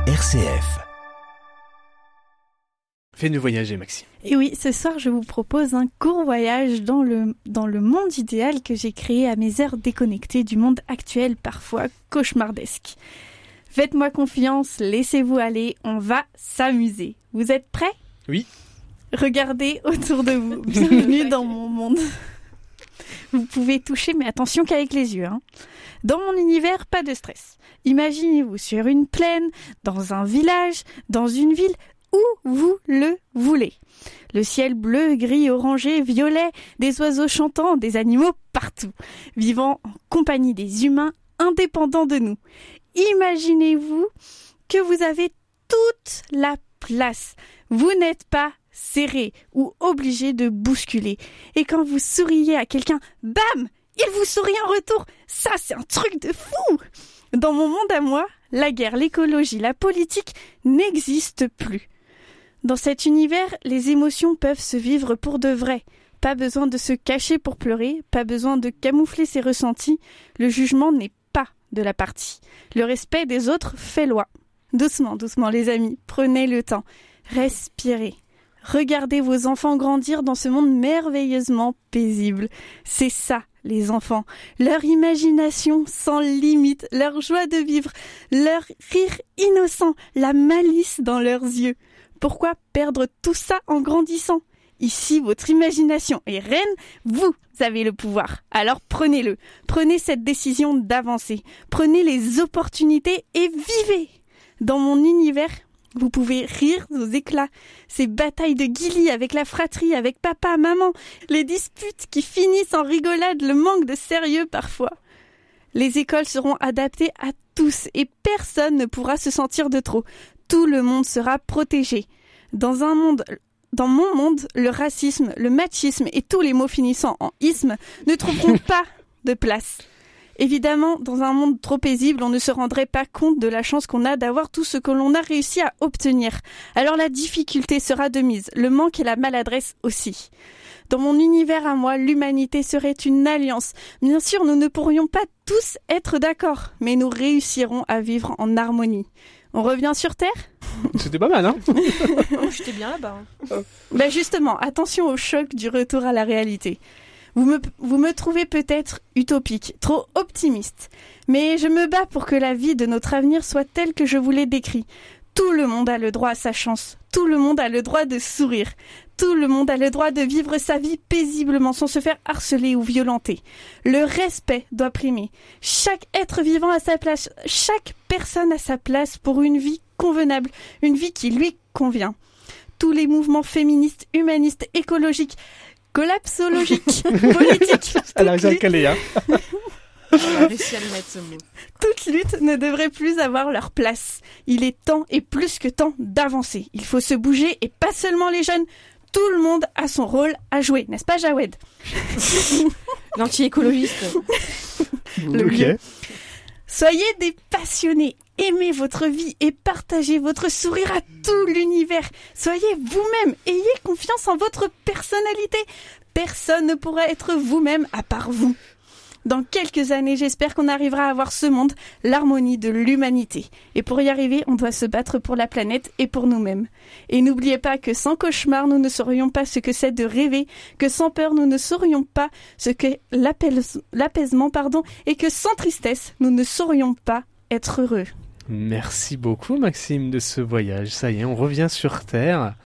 RCF. Fais-nous voyager, Maxime. Et oui, ce soir, je vous propose un court voyage dans le monde idéal que j'ai créé à mes heures déconnectées du monde actuel, parfois cauchemardesque. Faites-moi confiance, laissez-vous aller, on va s'amuser. Vous êtes prêts ? Oui. Regardez autour de vous. Bienvenue dans mon monde. Vous pouvez toucher, mais attention qu'avec les yeux. Dans mon univers, pas de stress. Imaginez-vous sur une plaine, dans un village, dans une ville, où vous le voulez. Le ciel bleu, gris, orangé, violet, des oiseaux chantants, des animaux partout, vivant en compagnie des humains indépendants de nous. Imaginez-vous que vous avez toute la place. Vous n'êtes pas serré ou obligé de bousculer. Et quand vous souriez à quelqu'un, bam, il vous sourit en retour. Ça, c'est un truc de fou. Dans mon monde à moi, la guerre, l'écologie, la politique n'existent plus. Dans cet univers, les émotions peuvent se vivre pour de vrai. Pas besoin de se cacher pour pleurer, pas besoin de camoufler ses ressentis. Le jugement n'est pas de la partie. Le respect des autres fait loi. Doucement, doucement les amis, prenez le temps. Respirez. Regardez vos enfants grandir dans ce monde merveilleusement paisible. C'est ça, les enfants. Leur imagination sans limite, leur joie de vivre, leur rire innocent, la malice dans leurs yeux. Pourquoi perdre tout ça en grandissant ? Ici, votre imagination est reine, vous avez le pouvoir. Alors prenez-le. Prenez cette décision d'avancer. Prenez les opportunités et vivez. Dans mon univers, vous pouvez rire aux éclats. Ces batailles de guillis avec la fratrie, avec papa, maman, les disputes qui finissent en rigolade, le manque de sérieux parfois. Les écoles seront adaptées à tous et personne ne pourra se sentir de trop. Tout le monde sera protégé. Dans mon monde, le racisme, le machisme et tous les mots finissant en isme ne trouveront pas de place. Évidemment, dans un monde trop paisible, on ne se rendrait pas compte de la chance qu'on a d'avoir tout ce que l'on a réussi à obtenir. Alors la difficulté sera de mise, le manque et la maladresse aussi. Dans mon univers à moi, l'humanité serait une alliance. Bien sûr, nous ne pourrions pas tous être d'accord, mais nous réussirons à vivre en harmonie. On revient sur Terre ? C'était pas mal, hein ? J'étais bien là-bas. Ben justement, attention au choc du retour à la réalité. Vous me trouvez peut-être utopique, trop optimiste, mais je me bats pour que la vie de notre avenir soit telle que je vous l'ai décrit. Tout le monde a le droit à sa chance, tout le monde a le droit de sourire, tout le monde a le droit de vivre sa vie paisiblement sans se faire harceler ou violenter. Le respect doit primer. Chaque être vivant a sa place, chaque personne a sa place pour une vie convenable, une vie qui lui convient. Tous les mouvements féministes, humanistes, écologiques, collapsologiques, politiques, Elle a réussi à caler, hein. On a réussi à le mettre ce mot. toute lutte ne devrait plus avoir leur place. Il est temps et plus que temps d'avancer. Il faut se bouger et pas seulement les jeunes. Tout le monde a son rôle à jouer, n'est-ce pas Jawed ? L'anti-écologiste. Le vieux. Soyez des passionnés, aimez votre vie et partagez votre sourire à tout l'univers. Soyez vous-même, ayez confiance en votre personnalité. Personne ne pourra être vous-même à part vous. Dans quelques années, j'espère qu'on arrivera à avoir ce monde, l'harmonie de l'humanité. Et pour y arriver, on doit se battre pour la planète et pour nous-mêmes. Et n'oubliez pas que sans cauchemar, nous ne saurions pas ce que c'est de rêver, que sans peur, nous ne saurions pas ce qu'est l'apaisement, et que sans tristesse, nous ne saurions pas être heureux. Merci beaucoup, Maxime, de ce voyage. Ça y est, on revient sur Terre.